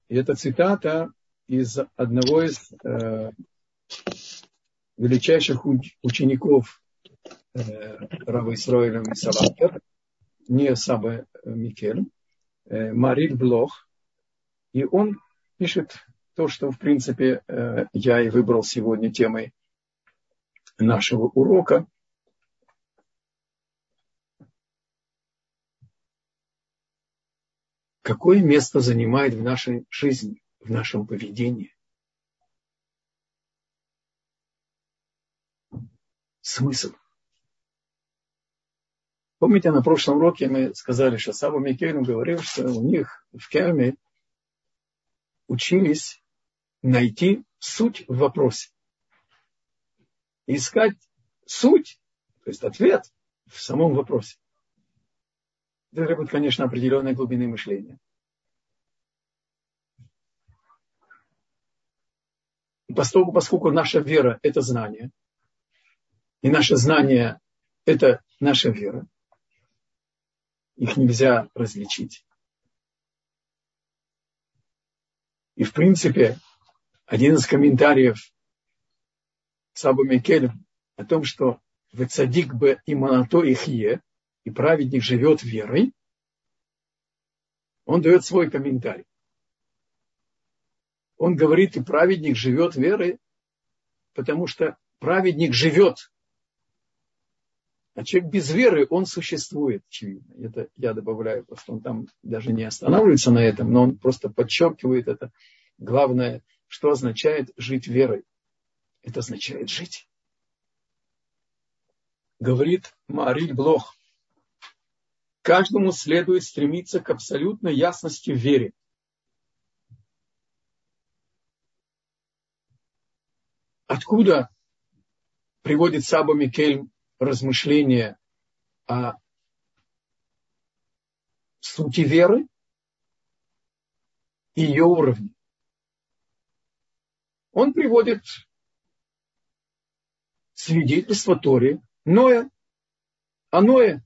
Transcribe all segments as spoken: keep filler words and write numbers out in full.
И это цитата из одного из э, величайших учеников э, Рава Исроэля Мисалатер, не Саба Микель, э, Мариль Блох. И он пишет то, что, в принципе, э, я и выбрал сегодня темой нашего урока. Какое место занимает в нашей жизни, в нашем поведении смысл? Помните, на прошлом уроке мы сказали, что Саба Микель говорил, что у них в Кельме учились найти суть в вопросе. Искать суть, то есть ответ в самом вопросе. Это требует, конечно, определенной глубины мышления. И поскольку, поскольку наша вера – это знание, и наше знание – это наша вера, их нельзя различить. И, в принципе, один из комментариев Саба Микеля о том, что в цадик бе иманато ихе, и праведник живет верой, он дает свой комментарий. Он говорит, и праведник живет верой, потому что праведник живет. А человек без веры, он существует, очевидно. Это я добавляю, просто он там даже не останавливается на этом, но он просто подчеркивает это. Главное, что означает жить верой. Это означает жить. Говорит Мариль Блох. Каждому следует стремиться к абсолютной ясности в вере. Откуда приводит Саба Микель размышления о сути веры и ее уровне? Он приводит свидетельство Торе Ноя. А Ное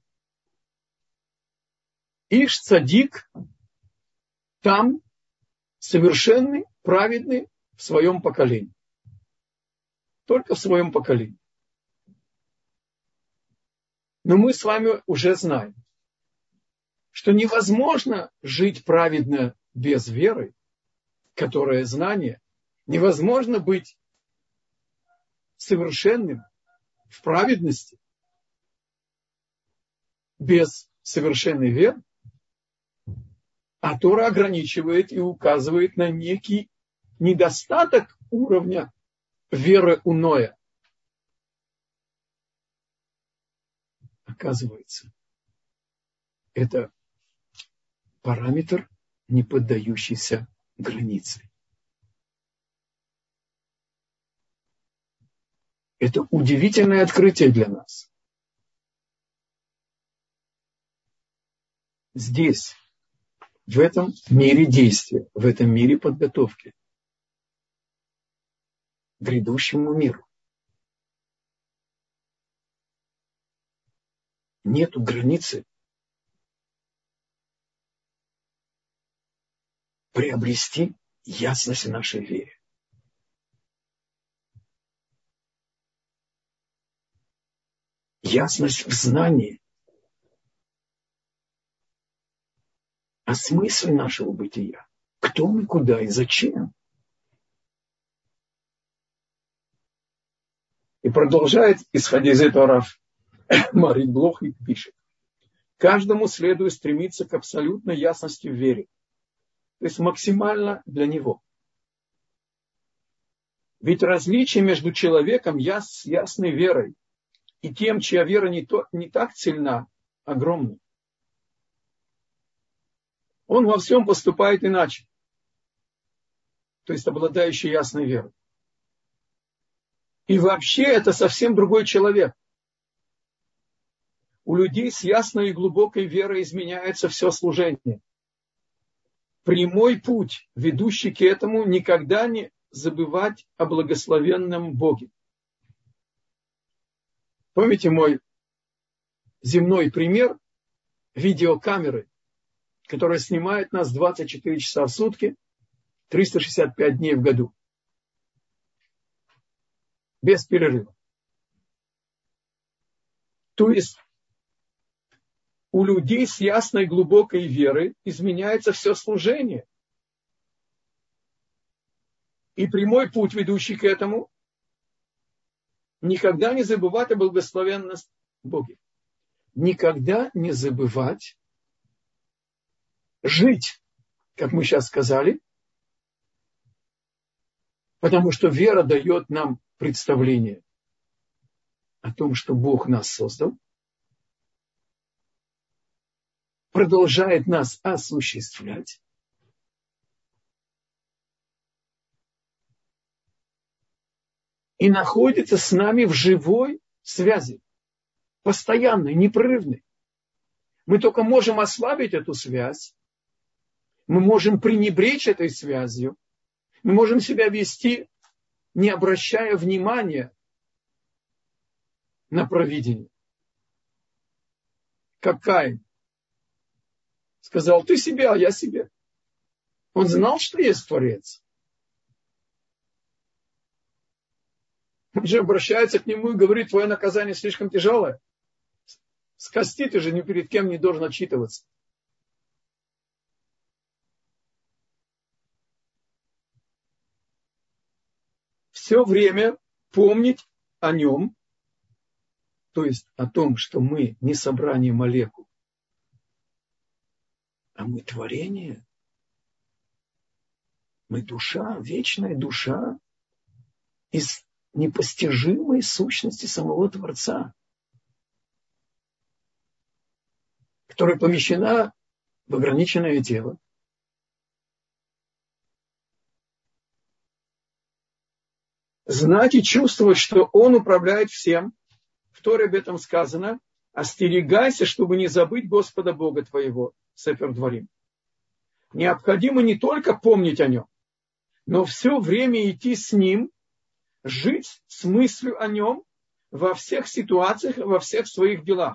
Иш цадик там совершенный, праведный в своем поколении. Только в своем поколении. Но мы с вами уже знаем, что невозможно жить праведно без веры, которая знание. Невозможно быть совершенным в праведности без совершенной веры. А Тора ограничивает и указывает на некий недостаток уровня веры у Ноя. Оказывается, это параметр, не поддающийся границе. Это удивительное открытие для нас. Здесь, в этом мире действия, в этом мире подготовки к грядущему миру нету границы приобрести ясность в нашей вере. Ясность в знании о смысле нашего бытия. Кто мы, куда и зачем. И продолжает, исходя из этого, Рав Мариль Блох и пишет. Каждому следует стремиться к абсолютной ясности в вере. То есть максимально для него. Ведь различие между человеком с ясной верой и тем, чья вера не, то, не так сильна, огромно. Он во всем поступает иначе. То есть обладающий ясной верой. И вообще это совсем другой человек. У людей с ясной и глубокой верой изменяется все служение. Прямой путь, ведущий к этому, никогда не забывать о благословенном Боге. Помните мой земной пример видеокамеры, которая снимает нас двадцать четыре часа в сутки, триста шестьдесят пять дней в году. Без перерыва. То есть у людей с ясной глубокой верой изменяется все служение. И прямой путь, ведущий к этому, никогда не забывать о благословенности Бога. Никогда не забывать жить, как мы сейчас сказали, потому что вера дает нам представление о том, что Бог нас создал, продолжает нас осуществлять, и находится с нами в живой связи, постоянной, непрерывной. Мы только можем ослабить эту связь, мы можем пренебречь этой связью, мы можем себя вести, не обращая внимания на провидение. Как Каин сказал: ты себе, а я себе. Он знал, что есть Творец. Он же обращается к нему и говорит: твое наказание слишком тяжелое. Скости, ты же ни перед кем не должен отчитываться. Все время помнить о нем, то есть о том, что мы не собрание молекул, а мы творение. Мы душа, вечная душа из непостижимой сущности самого Творца, которая помещена в ограниченное тело. Знать и чувствовать, что Он управляет всем. В Торе об этом сказано: остерегайся, чтобы не забыть Господа Бога твоего. Сефер Дворим. Необходимо не только помнить о Нем, но все время идти с Ним, жить с мыслью о Нем во всех ситуациях, во всех своих делах.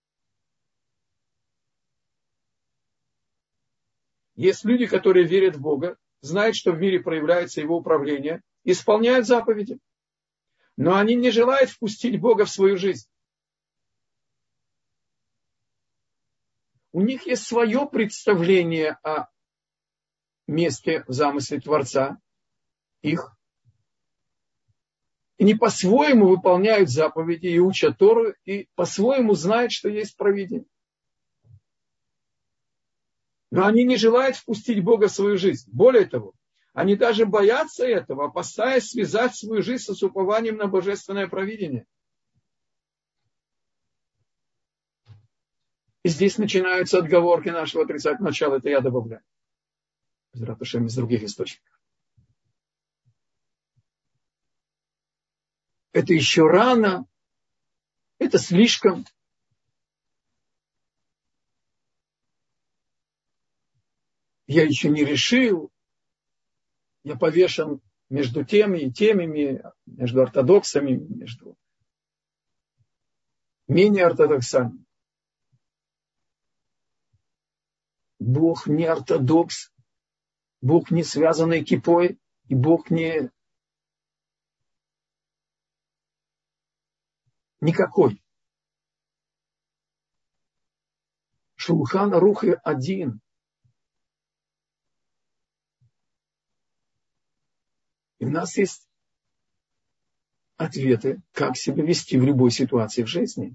Есть люди, которые верят в Бога, знают, что в мире проявляется Его управление, исполняют заповеди, но они не желают впустить Бога в свою жизнь. У них есть свое представление о месте в замысле Творца, их, и не по-своему выполняют заповеди и учат Тору, и по-своему знают, что есть провидение. Но они не желают впустить Бога в свою жизнь. Более того, они даже боятся этого, опасаясь связать свою жизнь с упованием на божественное провидение. И здесь начинаются отговорки нашего отрицательного начала. Это я добавляю. Из других источников. Это еще рано. Это слишком. Я еще не решил. Я повешен между теми и теми, между ортодоксами, между менее ортодоксами. Бог не ортодокс, Бог не связанный кипой, и Бог не никакой. Шулхан Арух один. И у нас есть ответы, как себя вести в любой ситуации в жизни.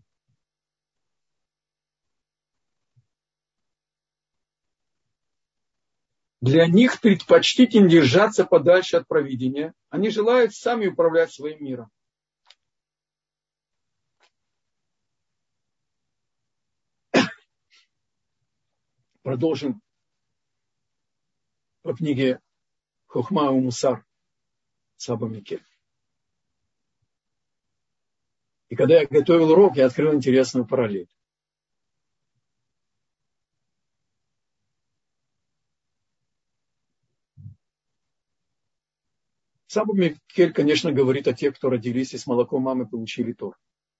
Для них предпочтительнее держаться подальше от провидения. Они желают сами управлять своим миром. Продолжим по книге Хохма и Мусар Саба Микель. И когда я готовил урок, я открыл интересную параллель. Саба Микель, конечно, говорит о тех, кто родились и с молоком мамы получили Тору.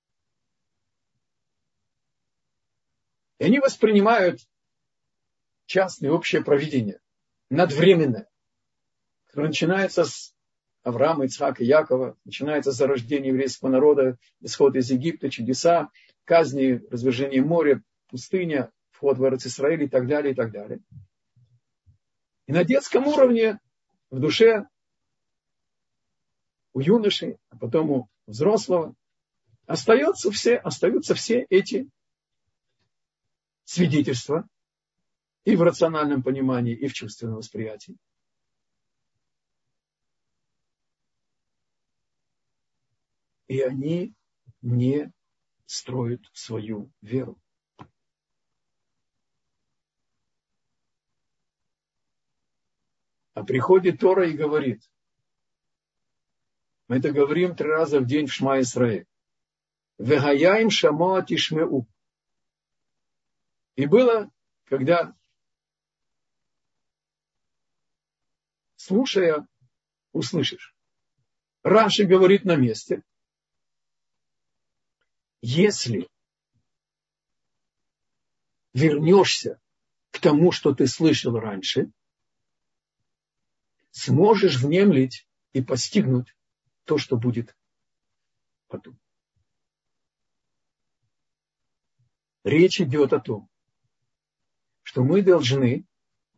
И они воспринимают частное общее провидение, надвременное. который начинается с Авраама, Ицхака и Якова, начинается с зарождения еврейского народа, исход из Египта, чудеса, казни, развержение моря, пустыня, вход в Эрец-Исраэль и так далее, и так далее. И на детском уровне, в душе у юноши, а потом у взрослого, остаются все, остаются все эти свидетельства и в рациональном понимании, и в чувственном восприятии. И они не строят свою веру. А приходит Тора и говорит, мы это говорим три раза в день в Шма Исраэль. Вегаяим шамоа тишмеу. И было, когда, слушая, услышишь. Раши говорит на месте, если вернешься к тому, что ты слышал раньше, сможешь внемлить и постигнуть то, что будет потом. Речь идет о том, что мы должны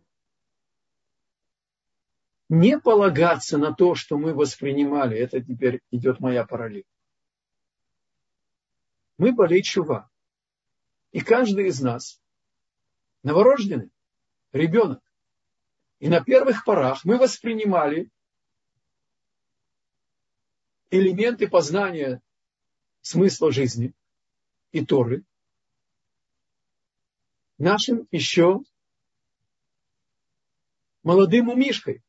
не полагаться на то, что мы воспринимали. Это теперь идет моя параллель. Мы болей тшува. И каждый из нас новорожденный ребенок. И на первых порах мы воспринимали элементы познания смысла жизни и Торы нашим еще молодым умишкой.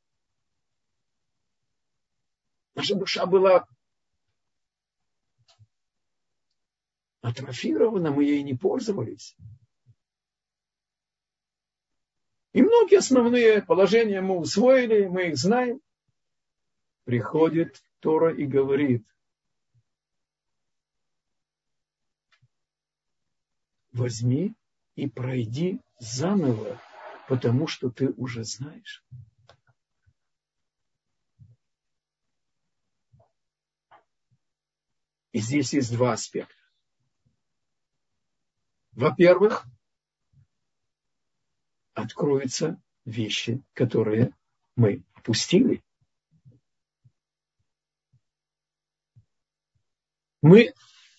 Наша душа была атрофирована, мы ей не пользовались. И многие основные положения мы усвоили, мы их знаем. Приходит Тора и говорит, возьми и пройди заново, потому что ты уже знаешь. И здесь есть два аспекта. Во-первых, откроются вещи, которые мы упустили. Мы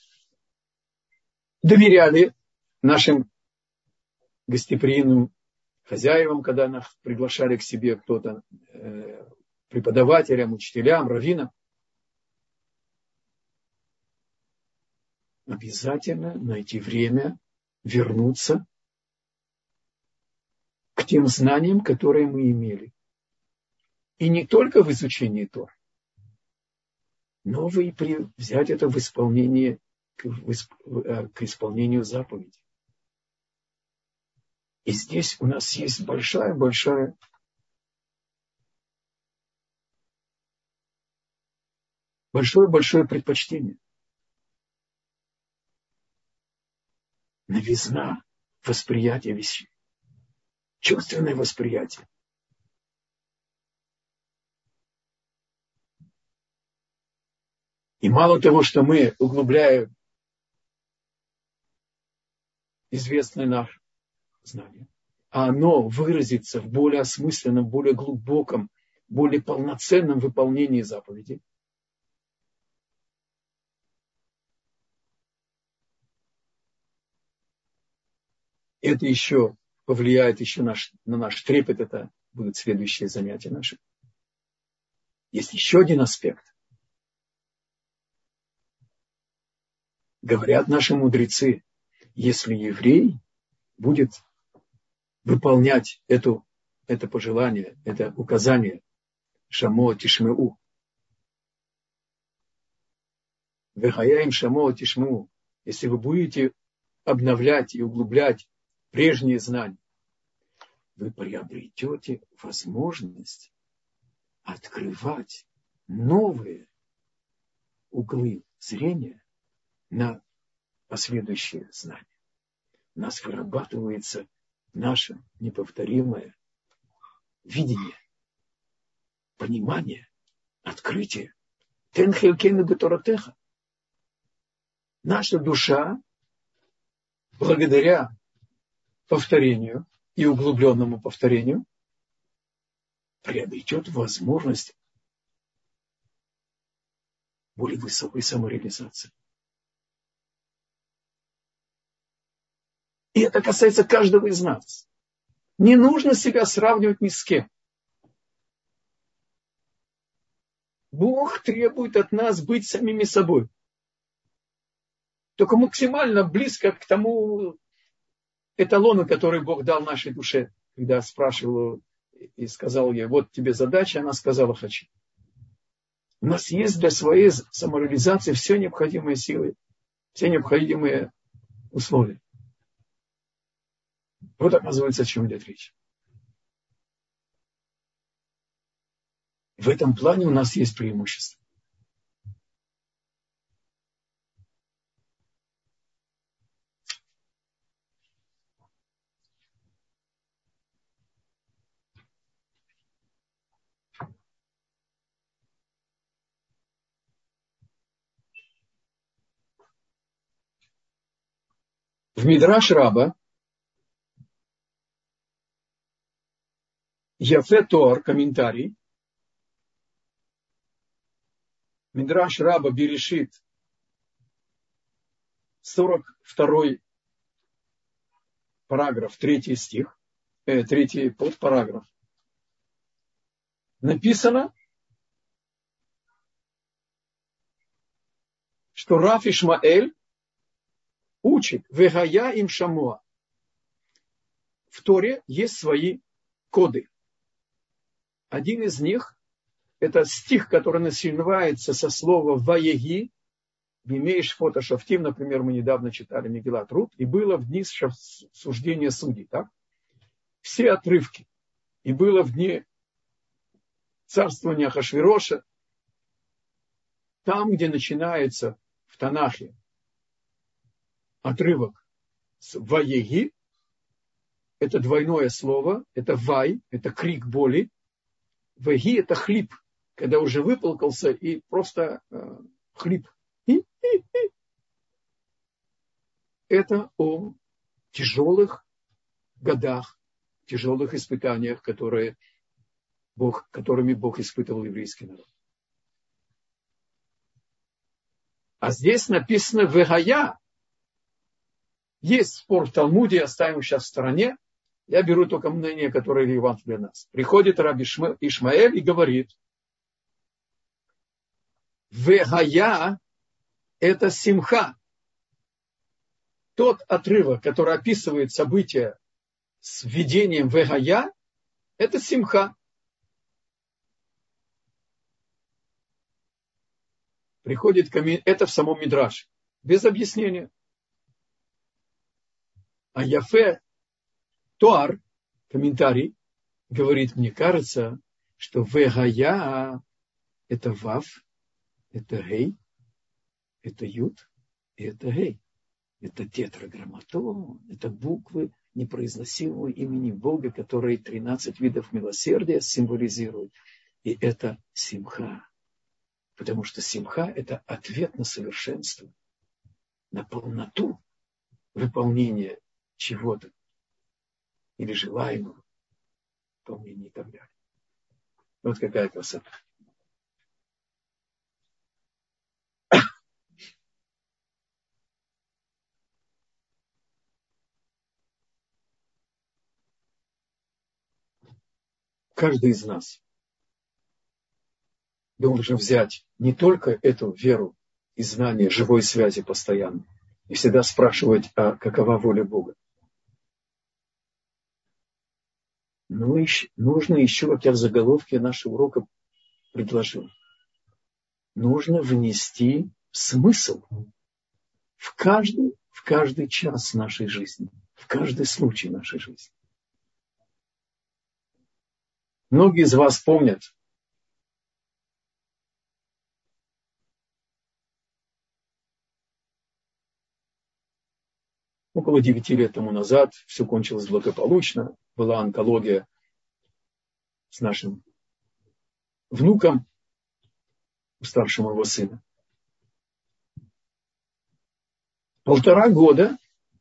доверяли нашим гостеприимным хозяевам, когда нас приглашали к себе кто-то, э, преподавателям, учителям, раввинам. Обязательно найти время вернуться к тем знаниям, которые мы имели. И не только в изучении Торы, но и при, взять это в исполнение, к, к исполнению заповедей. И здесь у нас есть большая-большая большое-большое предпочтение. Новизна восприятия вещей. Чувственное восприятие. И мало того, что мы углубляем известное наше знание, а оно выразится в более осмысленном, более глубоком, более полноценном выполнении заповедей. Это еще повлияет еще наш, на наш трепет. Это будут следующие занятия наши. Есть еще один аспект. Говорят наши мудрецы, если еврей будет выполнять эту, это пожелание, это указание шамо тишмеу, вехаяим шамо тишмеу, если вы будете обновлять и углублять прежние знания, вы приобретете возможность открывать новые углы зрения на последующие знания. У нас вырабатывается наше неповторимое видение. понимание, открытие. Тен хелькейну беторатеха. Наша душа, благодаря повторению и углубленному повторению, приобретет возможность более высокой самореализации. И это касается каждого из нас. Не нужно себя сравнивать ни с кем. Бог требует от нас быть самими собой. Только максимально близко к тому эталону, который Бог дал нашей душе. Когда спрашивал и сказал ей, вот тебе задача, она сказала, хочу. У нас есть для своей самореализации все необходимые силы, все необходимые условия. Вот оказывается, о чем идет речь. В этом плане у нас есть преимущество. В Мидраш Раба Яфе Тоор, комментарий. Мидраш Раба Берешит, сорок второй параграф, третий стих, э, третий подпараграф. Написано, что Рав Ишмаэль учит Вегая им Шамуа. В Торе есть свои коды. Один из них – это стих, который начинается со слова «Ваеги». Имеешь фото Шафтим, например, мы недавно читали Мегилат Рут, и было в дни суждения судей. Так? Все отрывки. И было в дни царствования Ахашвироша, там, где начинается в Танахе отрывок с «Ваеги», это двойное слово, это «вай», это крик боли. «Ваеги» – это хлип, когда уже выплакался и просто э, хлип. Это о тяжелых годах, тяжелых испытаниях, которые Бог, которыми Бог испытывал еврейский народ. А здесь написано «Вегая». Есть спор в Талмуде, оставим сейчас в стороне. Я беру только мнение, которое релевантно для нас. Приходит Раби Ишмаэль и говорит, «Вегая» – это симха. Тот отрывок, который описывает события с введением «Вегая», это симха. Приходит, это в самом Мидраше, без объяснения. А Яфе Тоор, комментарий, говорит, мне кажется, что Вегая – это Вав, это Гей, это Юд и это Гей. Это тетраграмматон, это буквы непроизносимого имени Бога, которые тринадцать видов милосердия символизируют. И это симха. Потому что симха – это ответ на совершенство, на полноту выполнения чего-то или желаемого выполнения и так далее. Вот какая красота. Каждый из нас должен взять не только эту веру и знание живой связи постоянно, и всегда спрашивать, а какова воля Бога. Но еще, нужно еще, как я в заголовке нашего урока предложил, нужно внести смысл в каждый, в каждый час нашей жизни, в каждый случай нашей жизни. Многие из вас помнят, около девяти лет тому назад все кончилось благополучно, была онкология с нашим внуком у старшего его сына. Полтора года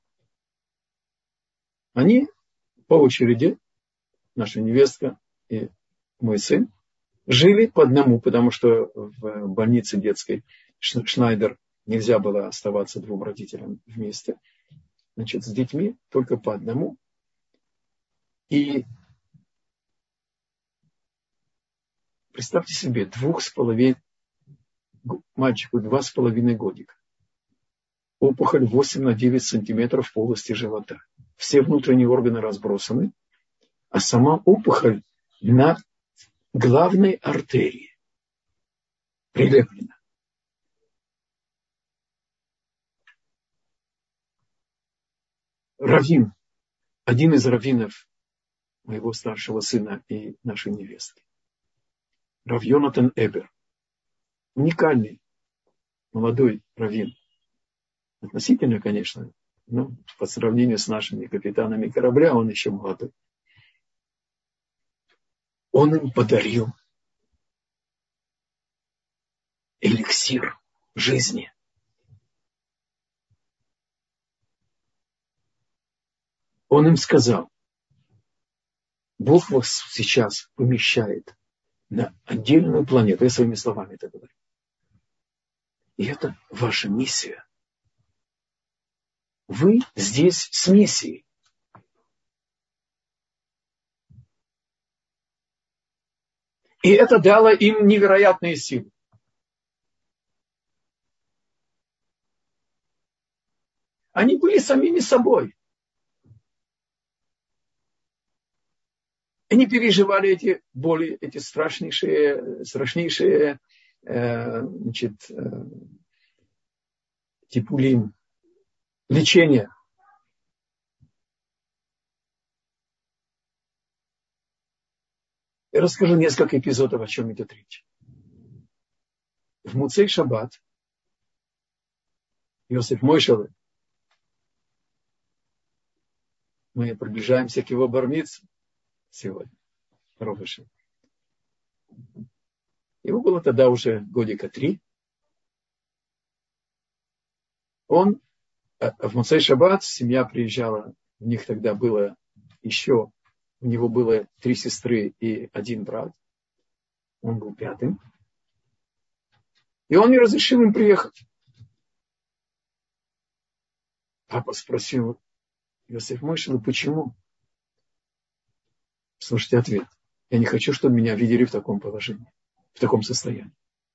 они по очереди, наша невестка и мой сын, жили по одному, потому что в больнице детской Шнайдер нельзя было оставаться двум родителям вместе. Значит, с детьми только по одному. И представьте себе, двух с половиной, мальчику два с половиной годика. Опухоль восемь на девять сантиметров в полости живота. Все внутренние органы разбросаны, а сама опухоль на главной артерии прилеплена. Раввин, один из раввинов моего старшего сына и нашей невестки, Рав Йонатан Эбер, уникальный молодой раввин, относительно, конечно, но по сравнению с нашими капитанами корабля он еще молодой. Он им подарил эликсир жизни. Он им сказал: Бог вас сейчас помещает на отдельную планету. Я своими словами это говорю. И это ваша миссия. Вы здесь с миссией. И это дало им невероятные силы. Они были самими собой. Они переживали эти боли, эти страшнейшие, страшнейшие э, значит, э, типулим, лечения. Я расскажу несколько эпизодов, о чем идет речь. В Муцей Шаббат Йосеф Мойшеле, мы приближаемся к его бар-мицве сегодня, Робыше. Ему было тогда уже годика три. Он в Муцей Шаббат, семья приезжала, у них тогда было еще, у него было три сестры и один брат. Он был пятым. И он не разрешил им приехать. Папа спросил Йосеф Мойшеле, почему? Слушайте ответ. Я не хочу, чтобы меня видели в таком положении, в таком состоянии.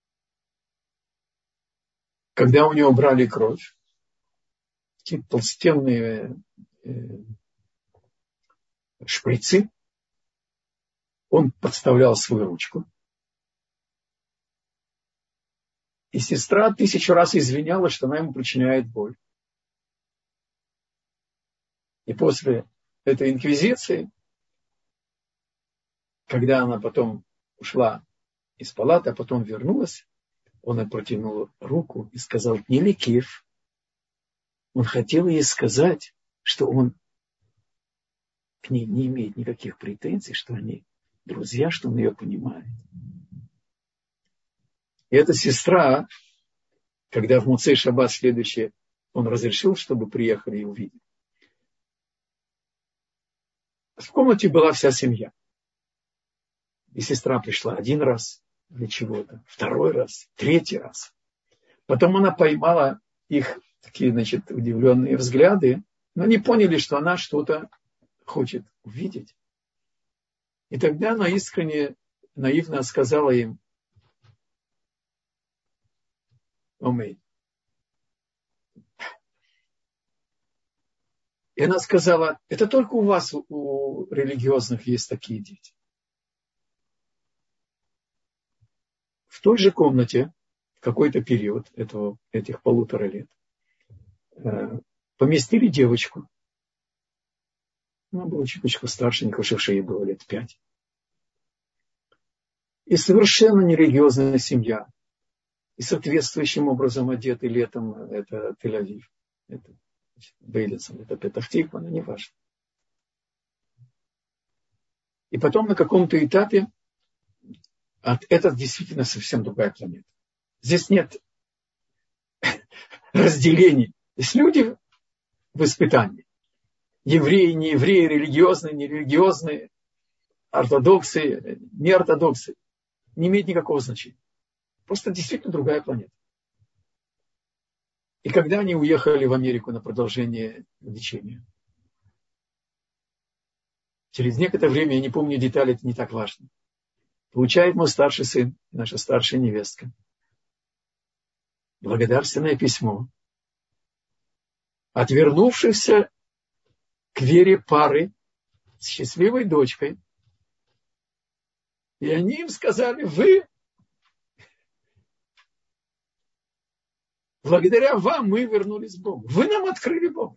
Когда у него брали кровь, такие толстенные э, шприцы, он подставлял свою ручку. И сестра тысячу раз извинялась, что она ему причиняет боль. И после этой инквизиции, когда она потом ушла из палаты, а потом вернулась, он протянул руку и сказал: не лекив. Он хотел ей сказать, что он к ней не имеет никаких претензий, что они друзья, что он ее понимает. И эта сестра, когда в Муцей Шаббат следующее, он разрешил, чтобы приехали и увидели. В комнате была вся семья. И сестра пришла один раз для чего-то, второй раз, третий раз. Потом она поймала их такие, значит, удивленные взгляды, но не поняли, что она что-то хочет увидеть. И тогда она искренне, наивно сказала им: Омей. И она сказала: это только у вас, у религиозных, есть такие дети. В той же комнате в какой-то период этого, этих полутора лет поместили девочку. Она была чуточку старшенькая, уже ей было лет пять. И совершенно нерелигиозная семья. И соответствующим образом одеты летом, это Тель-Авив, это Бейлицин, это Петах-Тиква, но не важно. И потом на каком-то этапе А это действительно совсем другая планета. Здесь нет разделений. Здесь люди в испытании. Евреи, не евреи, религиозные, нерелигиозные, ортодоксы, неортодоксы. Не имеет никакого значения. Просто действительно другая планета. И когда они уехали в Америку на продолжение лечения, через некоторое время, я не помню детали, это не так важно, получает мой старший сын, наша старшая невестка, благодарственное письмо от вернувшихся к вере пары с счастливой дочкой. И они им сказали: вы, благодаря вам мы вернулись к Богу. Вы нам открыли Бога.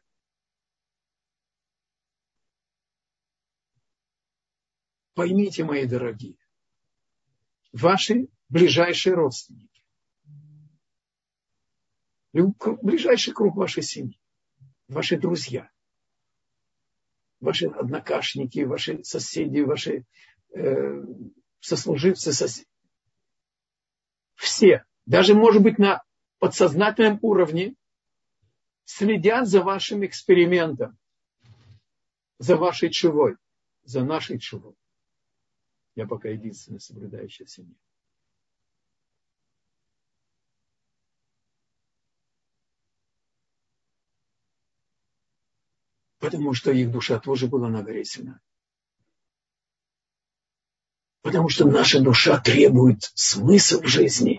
Поймите, мои дорогие, ваши ближайшие родственники, ближайший круг вашей семьи, ваши друзья, ваши однокашники, ваши соседи, ваши э, сослуживцы, соседи, все, даже, может быть, на подсознательном уровне, следят за вашим экспериментом, за вашей тшувой, за нашей тшувой. Я пока единственная соблюдающая в семье. Потому что их душа тоже была на горе Синай. Потому что наша душа требует смысл жизни.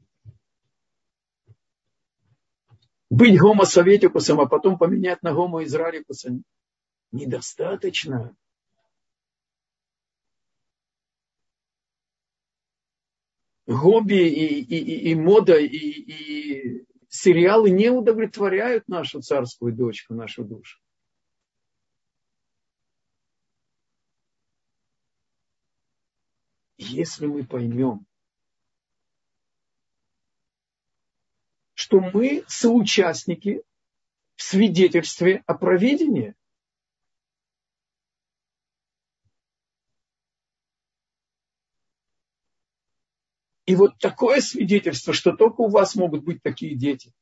Быть гомо-советикусом, а потом поменять на гомо-израиликуса недостаточно. Хобби и, и, и, и мода, и, и сериалы не удовлетворяют нашу царскую дочку, нашу душу. Если мы поймем, что мы соучастники в свидетельстве о провидении, и вот такое свидетельство, что только у вас могут быть такие дети.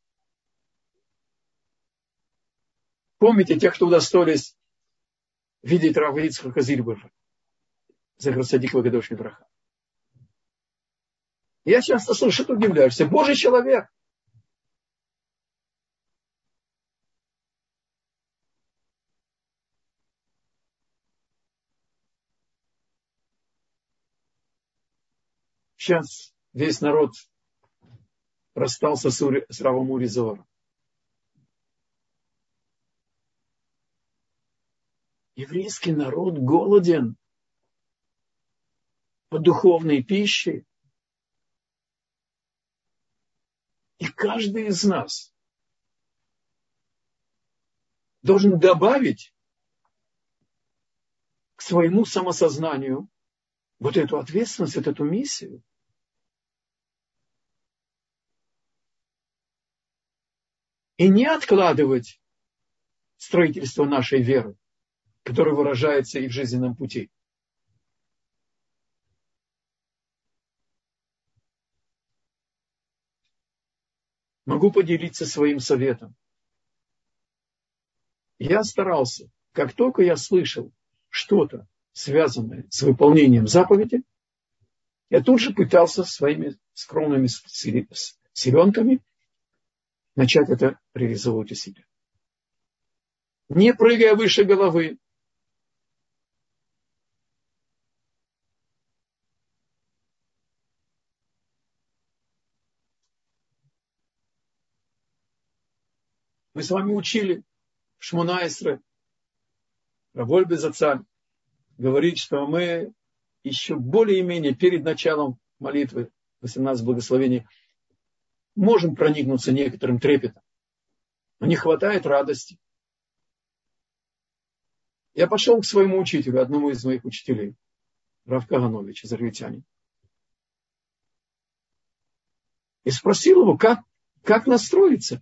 Помните тех, кто удостоились видеть Рава Ицхака Зильбера, Зехер Цадик Вакадош Левраха. Я часто слышу, что удивляешься. Божий человек. Сейчас весь народ расстался с, Ури, с Равом Ури Зоаром. Еврейский народ голоден по духовной пище. И каждый из нас должен добавить к своему самосознанию вот эту ответственность, вот эту миссию. И не откладывать строительство нашей веры, которое выражается и в жизненном пути. Могу поделиться своим советом. Я старался, как только я слышал что-то, связанное с выполнением заповеди, я тут же пытался своими скромными силенками начать это реализовывать у себя. Не прыгая выше головы. Мы с вами учили в Шмона-Эсре, Рав Вольбе Зацаль говорит, что мы еще более-менее перед началом молитвы восемнадцать благословений можем проникнуться некоторым трепетом. Но не хватает радости. Я пошел к своему учителю, одному из моих учителей, Рав Каганович, израильтянин, и спросил его, как, как настроиться.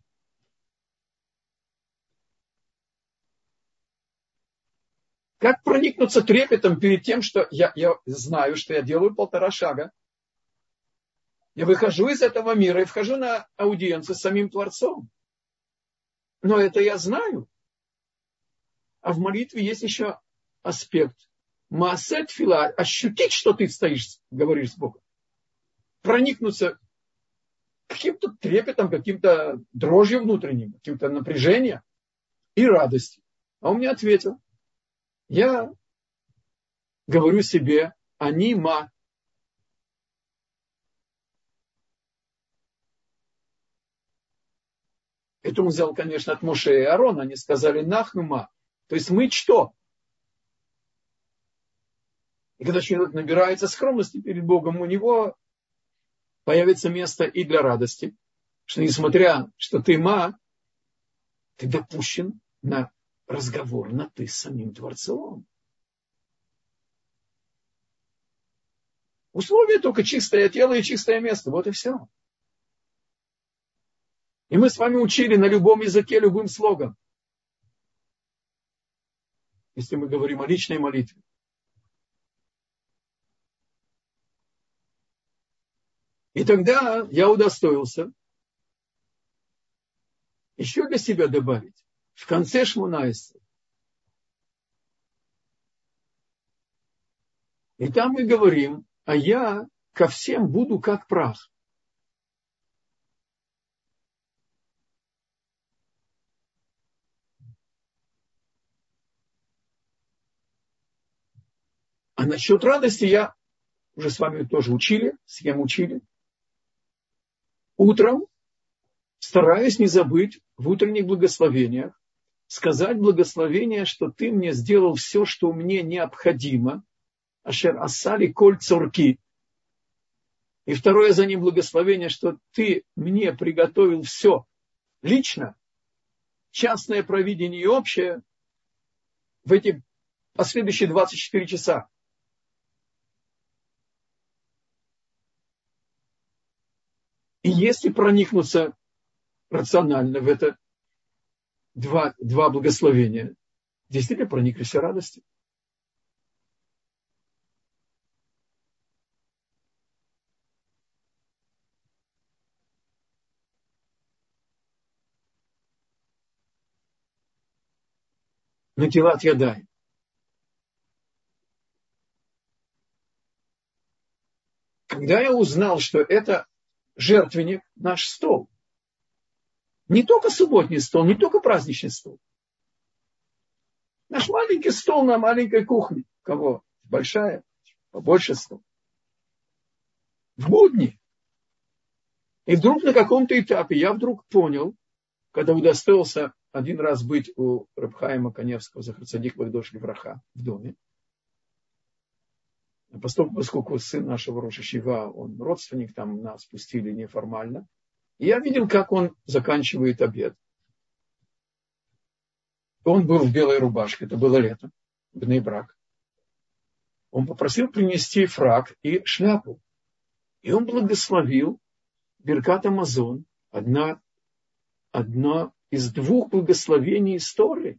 Как проникнуться трепетом перед тем, что я, я знаю, что я делаю полтора шага Я выхожу из этого мира и вхожу на аудиенцию с самим Творцом. Но это я знаю. А в молитве есть еще аспект. Маасе тфила, ощутить, что ты стоишь, говоришь с Богом. Проникнуться каким-то трепетом, каким-то дрожью внутренним, каким-то напряжением и радостью. А он мне ответил. Я говорю себе, они ма. Это он взял, конечно, от Моше и Аарона. Они сказали нахнума. То есть мы что? И когда человек набирается скромности перед Богом, у него появится место и для радости. Что несмотря, что ты ма, ты допущен на разговор на ты с самим Творцом. Условие только чистое тело и чистое место. Вот и все. И мы с вами учили на любом языке, любым слогом. Если мы говорим о личной молитве. И тогда я удостоился еще для себя добавить. В конце Шмонайса. И там мы говорим, а я ко всем буду как прах. А насчет радости я уже с вами тоже учили, с кем учили. Утром стараюсь не забыть в утренних благословениях сказать благословение, что ты мне сделал все, что мне необходимо. Ашер асали коль цорки. И второе за ним благословение, что ты мне приготовил все лично, частное провидение и общее в эти последующие двадцать четыре часа. И если проникнуться рационально в это два, два благословения, действительно прониклись радостью. Натилат ядай. Когда я узнал, что это жертвенник, наш стол, не только субботний стол, не только праздничный стол. Наш маленький стол на маленькой кухне. У кого большая, побольше стол. В будни. И вдруг на каком-то этапе я вдруг понял, когда удостоился один раз быть у Реб Хаима Каневского, Захар Цадик Багдош Левраха, в доме. Поскольку сын нашего Роша Шива, он родственник, там нас пустили неформально. И я видел, как он заканчивает обед. Он был в белой рубашке, это было лето, бней-брак. Он попросил принести фрак и шляпу. И он благословил Беркат Амазон, одна, одно из двух благословений истории.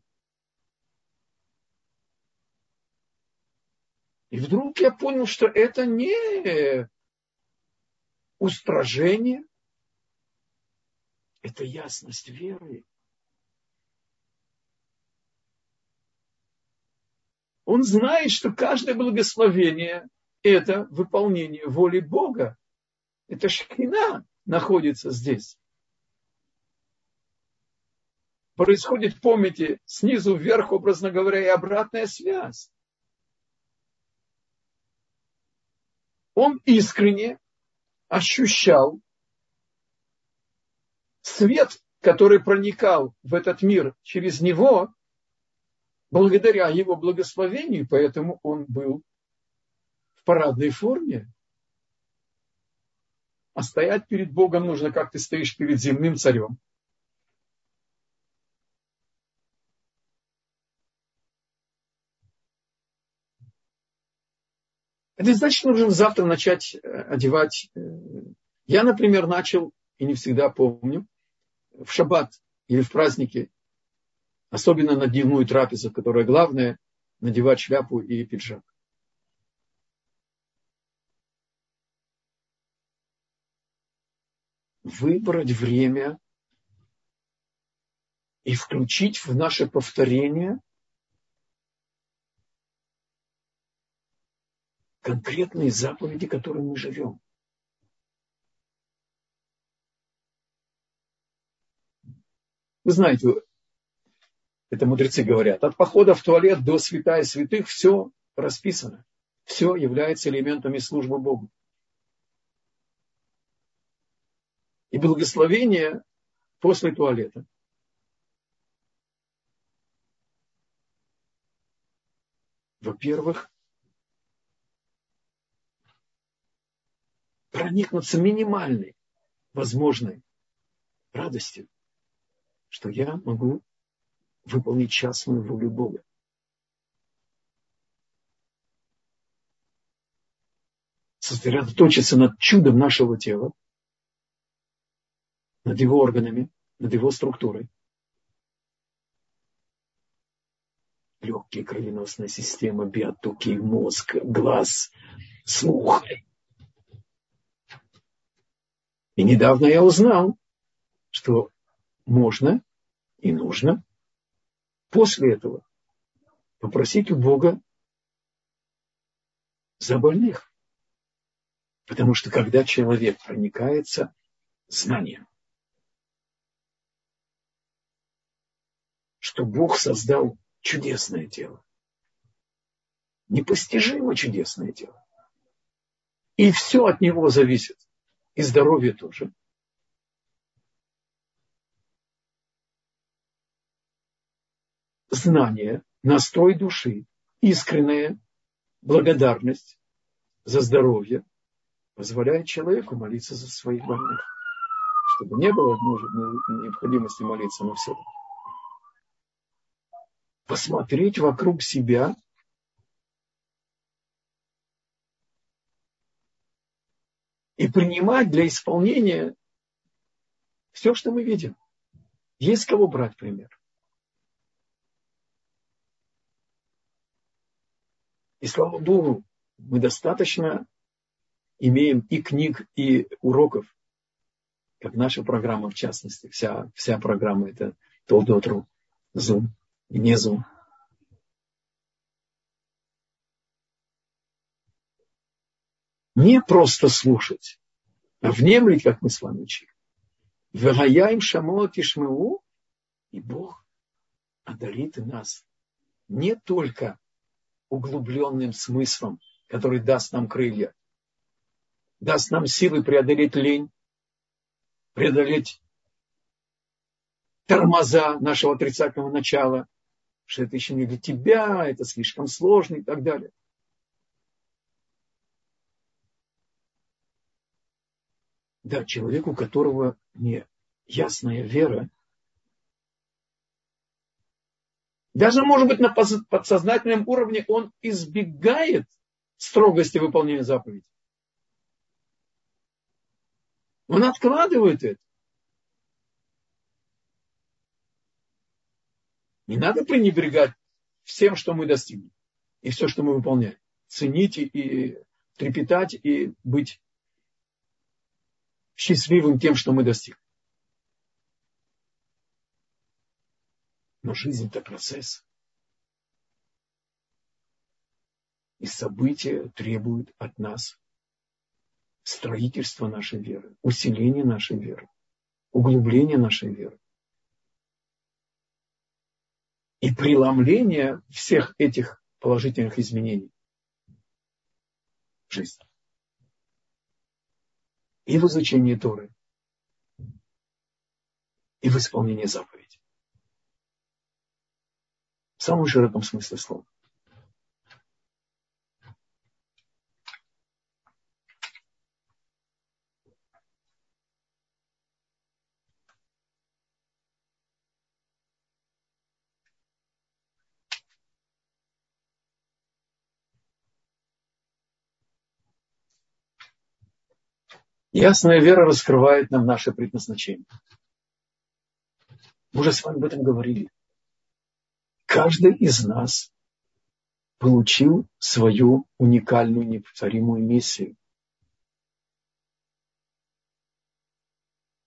И вдруг я понял, что это не устражение, это ясность веры. Он знает, что каждое благословение – это выполнение воли Бога. Это шхина находится здесь. Происходит, помните, снизу вверх, образно говоря, и обратная связь. Он искренне ощущал свет, который проникал в этот мир через него, благодаря его благословению, поэтому он был в парадной форме. А стоять перед Богом нужно, как ты стоишь перед земным царем. Это значит, нужно завтра начать одевать. Я, например, начал, и не всегда помню, в шаббат или в праздники, особенно на дневную трапезу, которая главное, надевать шляпу и пиджак. выбрать время и включить в наше повторение конкретные заповеди, которыми мы живем. Вы знаете, это мудрецы говорят, от похода в туалет до святая святых все расписано. Все является элементами службы Богу. И благословение после туалета. Во-первых, проникнуться минимальной возможной радостью, что я могу выполнить частную волю Бога. Сосредоточиться над чудом нашего тела, над его органами, над его структурой. Легкие, кровеносная система, биотоки, мозг, глаз, слух. И недавно я узнал, что можно и нужно после этого попросить у Бога за больных. Потому что когда человек проникается знанием, что Бог создал чудесное тело, непостижимо чудесное тело, и все от него зависит, и здоровье тоже. Знание, настрой души, искренняя благодарность за здоровье позволяет человеку молиться за своих больных. Чтобы не было может, необходимости молиться на все. Посмотреть вокруг себя и принимать для исполнения все, что мы видим. Есть кого брать пример. И слава Богу, мы достаточно имеем и книг, и уроков, как наша программа в частности. Вся, вся программа это Толдот.ру, Zoom и не Zoom. Не просто слушать, а внемлить, как мы с вами учили. Вегаяим шамот ишмеу, и Бог одарит нас не только углубленным смыслом, который даст нам крылья, даст нам силы преодолеть лень, преодолеть тормоза нашего отрицательного начала, что это еще не для тебя, это слишком сложно и так далее. Да, человек, у которого не ясная вера, даже, может быть, на подсознательном уровне он избегает строгости выполнения заповедей. Он откладывает это. Не надо пренебрегать всем, что мы достигли, и все, что мы выполняем. Ценить и трепетать, и быть счастливым тем, что мы достигли. Но жизнь – это процесс. И события требуют от нас строительства нашей веры, усиления нашей веры, углубления нашей веры. И преломления всех этих положительных изменений в жизни. И в изучении Торы, и в исполнении заповедей. В самом широком смысле слова. Ясная вера раскрывает нам наше предназначение. Мы уже с вами об этом говорили. Каждый из нас получил свою уникальную, неповторимую миссию.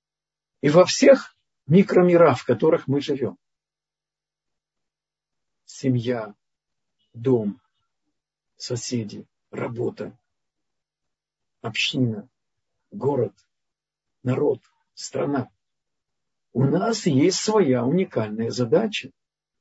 И во всех микромирах, в которых мы живем. Семья, дом, соседи, работа, община, город, народ, страна. У нас есть своя уникальная задача.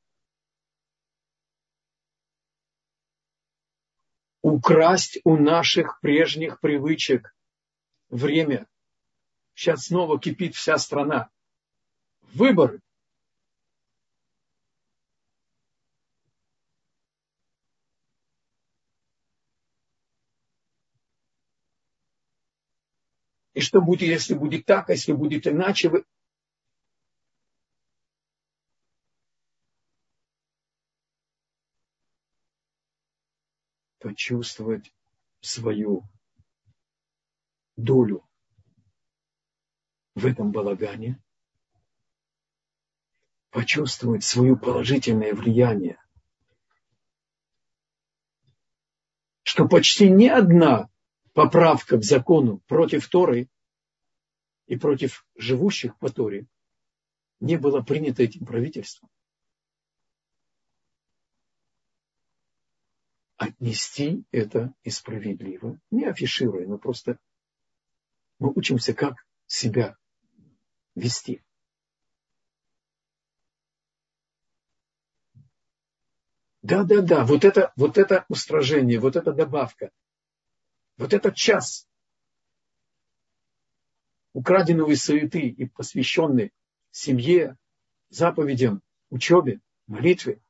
Украсть у наших прежних привычек время. Сейчас снова кипит вся страна. Выборы. И что будет, если будет так, а если будет иначе? Вы... Почувствовать свою долю в этом балагане, почувствовать свое положительное влияние, что почти ни одна поправка к закону против Торы и против живущих по Торе не была принята этим правительством. Отнести это и справедливо, не афишируя, но просто мы учимся, как себя вести. Да, да, да, вот это, вот это устражение, вот эта добавка, вот этот час украденного из суеты и посвященный семье, заповедям, учебе, молитве,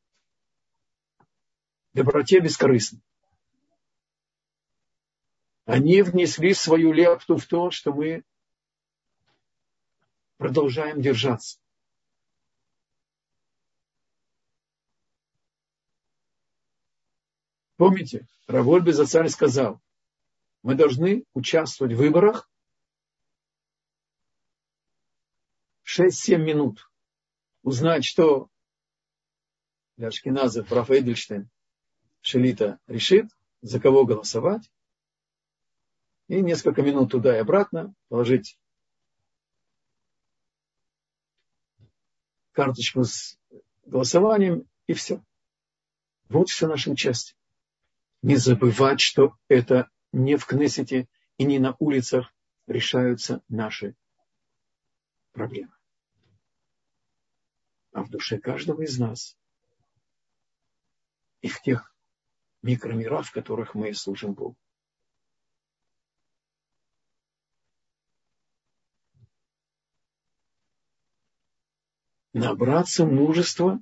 доброте бескорыстной. Они внесли свою лепту в то, что мы продолжаем держаться. Помните, Рав Вольбе Зацаль сказал, мы должны участвовать в выборах шесть-семь минут. Узнать, что для ашкеназов Раф Эдельштейн Шелита решит, за кого голосовать. И несколько минут туда и обратно положить карточку с голосованием, и все. Вот все наше участие. Не забывать, что это не в Кнессете и не на улицах решаются наши проблемы. А в душе каждого из нас и в тех микромирах, в которых мы служим Богу. Набраться мужества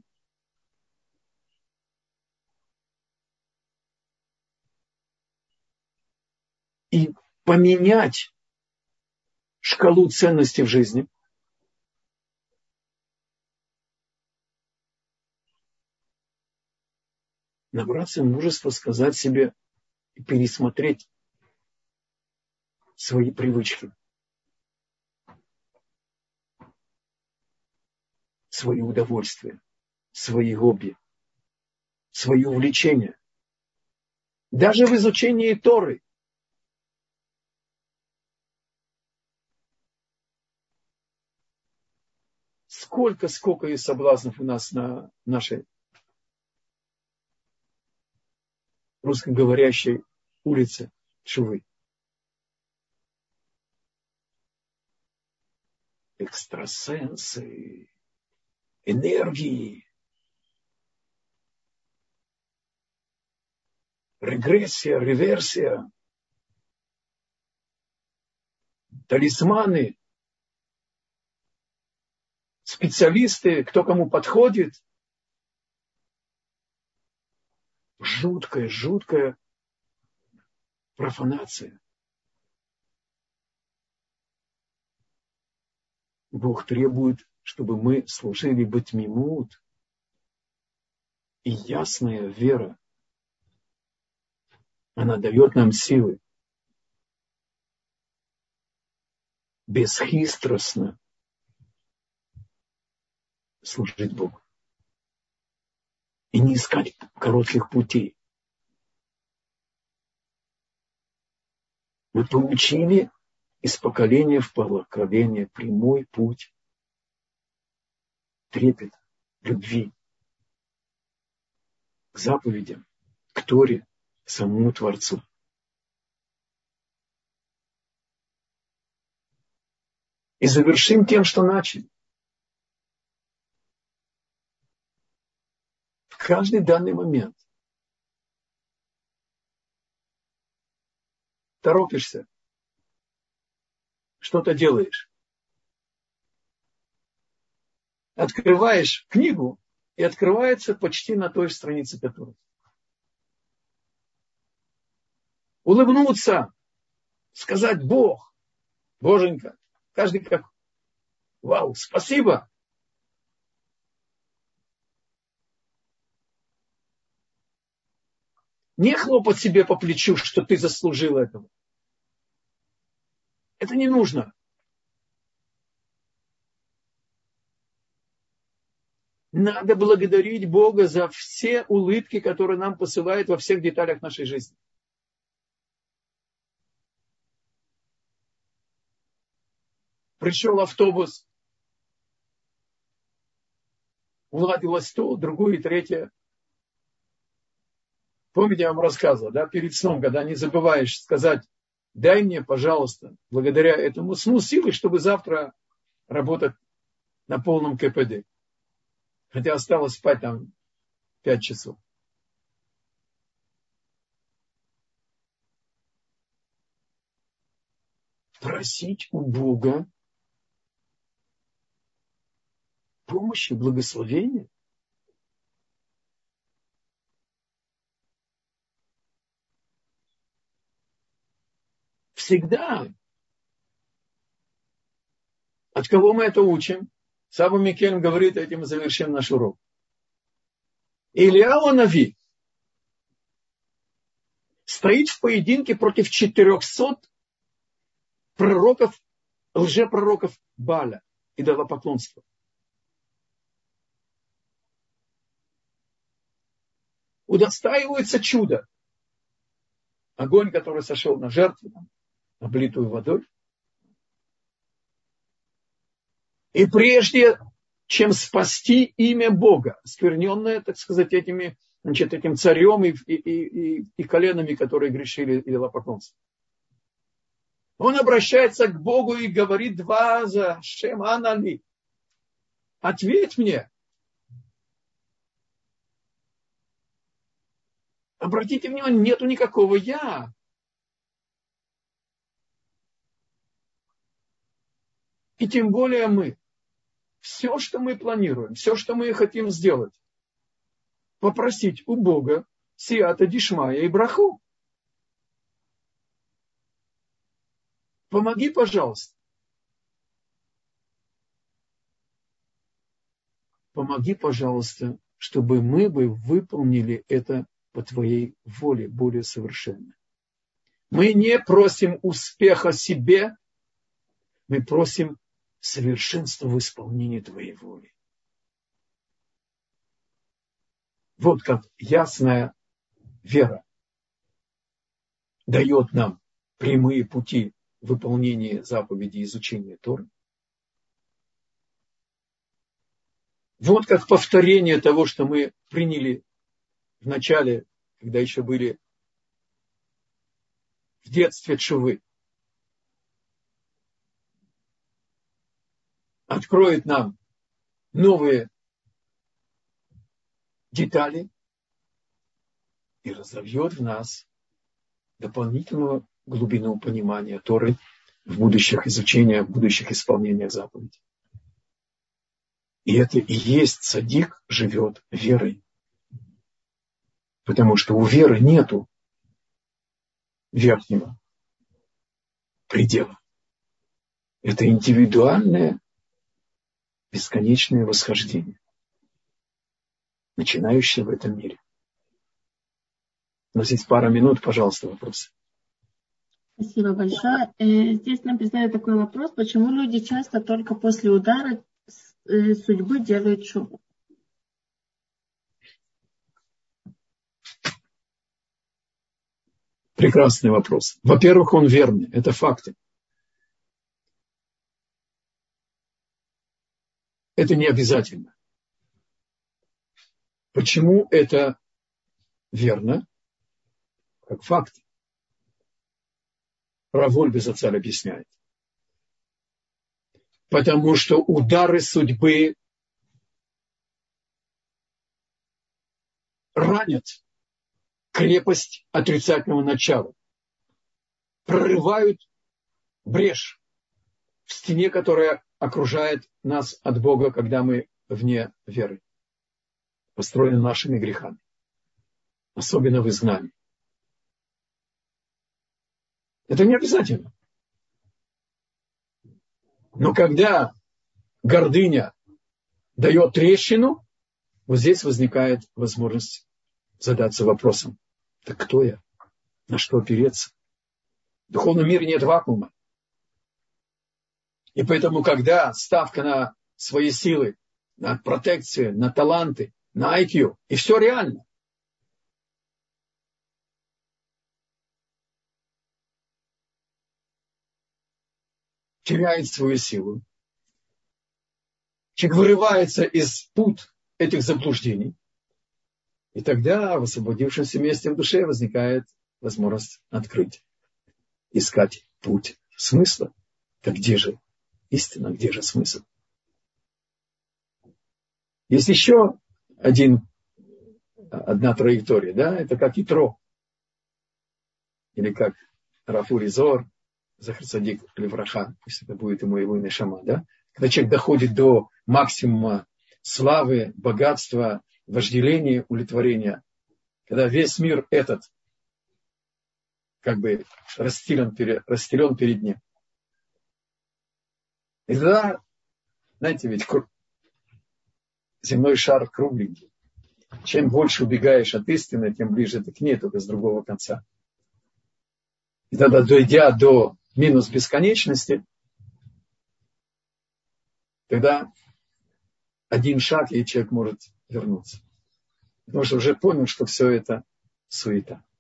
и поменять шкалу ценностей в жизни. Набраться мужества сказать себе и пересмотреть свои привычки, свои удовольствия, свои хобби, свои увлечения. Даже в изучении Торы. Сколько, сколько есть соблазнов у нас на нашей русскоговорящей улице Тшувы. Экстрасенсы, энергии, регрессия, реверсия, талисманы, специалисты, кто кому подходит. Жуткая, жуткая профанация. Бог требует, чтобы мы служили бетмимут, и ясная вера. Она дает нам силы бесхитростно служить Богу. И не искать коротких путей. Мы получили из поколения в поколение прямой путь трепета, любви к заповедям, к Торе, к самому Творцу. И завершим тем, что начали. В каждый данный момент торопишься, что-то делаешь. Открываешь книгу, и открывается почти на той же странице, которой. Улыбнуться, сказать Бог, Боженька, каждый как, вау, спасибо. Не хлопать себе по плечу, что ты заслужил этого. Это не нужно. Надо благодарить Бога за все улыбки, которые нам посылает во всех деталях нашей жизни. Пришел автобус, уладилось то, другое и третье. Помните, я вам рассказывал, да, перед сном, когда не забываешь сказать, дай мне, пожалуйста, благодаря этому сну силы, чтобы завтра работать на полном ка пэ дэ. Хотя осталось спать там пять часов. Просить у Бога помощи, благословения. Всегда. От кого мы это учим? Саба Микель говорит, этим мы завершим наш урок. Ильяу Нави стоит в поединке против четырехсот пророков, лжепророков Бааля, идолопоклонства. Удостаивается чудо. Огонь, который сошел на жертву, облитую водой. И прежде чем спасти имя Бога, оскверненное, так сказать, этими, значит, этим царем и, и, и, и коленами, которые грешили идолопоклонством. Он обращается к Богу и говорит два раза: Шем Анали, ответь мне. Обратите внимание, нету никакого я. И тем более мы. Все, что мы планируем, все, что мы хотим сделать, попросить у Бога сиата дишмая и браху. Помоги, пожалуйста. Помоги, пожалуйста, чтобы мы бы выполнили это по твоей воле более совершенно. Мы не просим успеха себе, мы просим совершенства в исполнении твоей воли. Вот как ясная вера дает нам прямые пути выполнения заповедей и изучения Торы. Вот как повторение того, что мы приняли в начале, когда еще были в детстве тшувы. Откроет нам новые детали и разовьет в нас дополнительную глубину понимания Торы в будущих изучениях, в будущих исполнениях заповедей. И это и есть цадик живет верой. Потому что у веры нету верхнего предела. Это индивидуальное, бесконечное восхождение, начинающее в этом мире. У нас есть пара минут, пожалуйста, вопросы. Спасибо большое. Здесь нам присылают такой вопрос. Почему люди часто только после удара судьбы делают шубу? Прекрасный вопрос. Во-первых, он верный. Это факты. это не обязательно. Почему это верно? Как факт. Рав Вольбе-Зацаль объясняет. Потому что удары судьбы ранят крепость отрицательного начала, прорывают брешь в стене, которая окружает нас от Бога, когда мы вне веры, построены нашими грехами, особенно в изгнании. Это не обязательно. Но когда гордыня дает трещину, вот здесь возникает возможность задаться вопросом: так кто я? На что опереться? В духовном мире нет вакуума. И поэтому, когда ставка на свои силы, на протекцию, на таланты, на ай кью, и все реально, теряет свою силу, человек вырывается из пут этих заблуждений, и тогда в освободившемся месте в душе возникает возможность открыть, искать путь смысла. Так где же истина, где же смысл? Есть еще один, одна траектория, да, это как Итро, или как Рафури Зор, Захар Цадик Левраха, пусть это будет ему его нешама, да, когда человек доходит до максимума славы, богатства, вожделения, удовлетворения, когда весь мир этот как бы расстелен, расстелен перед ним. И тогда, знаете, ведь земной шар кругленький. Чем больше убегаешь от истины, тем ближе ты к ней, только с другого конца. И тогда, дойдя до минус бесконечности, тогда один шаг, и человек может вернуться. Потому что уже понял, что все это суета.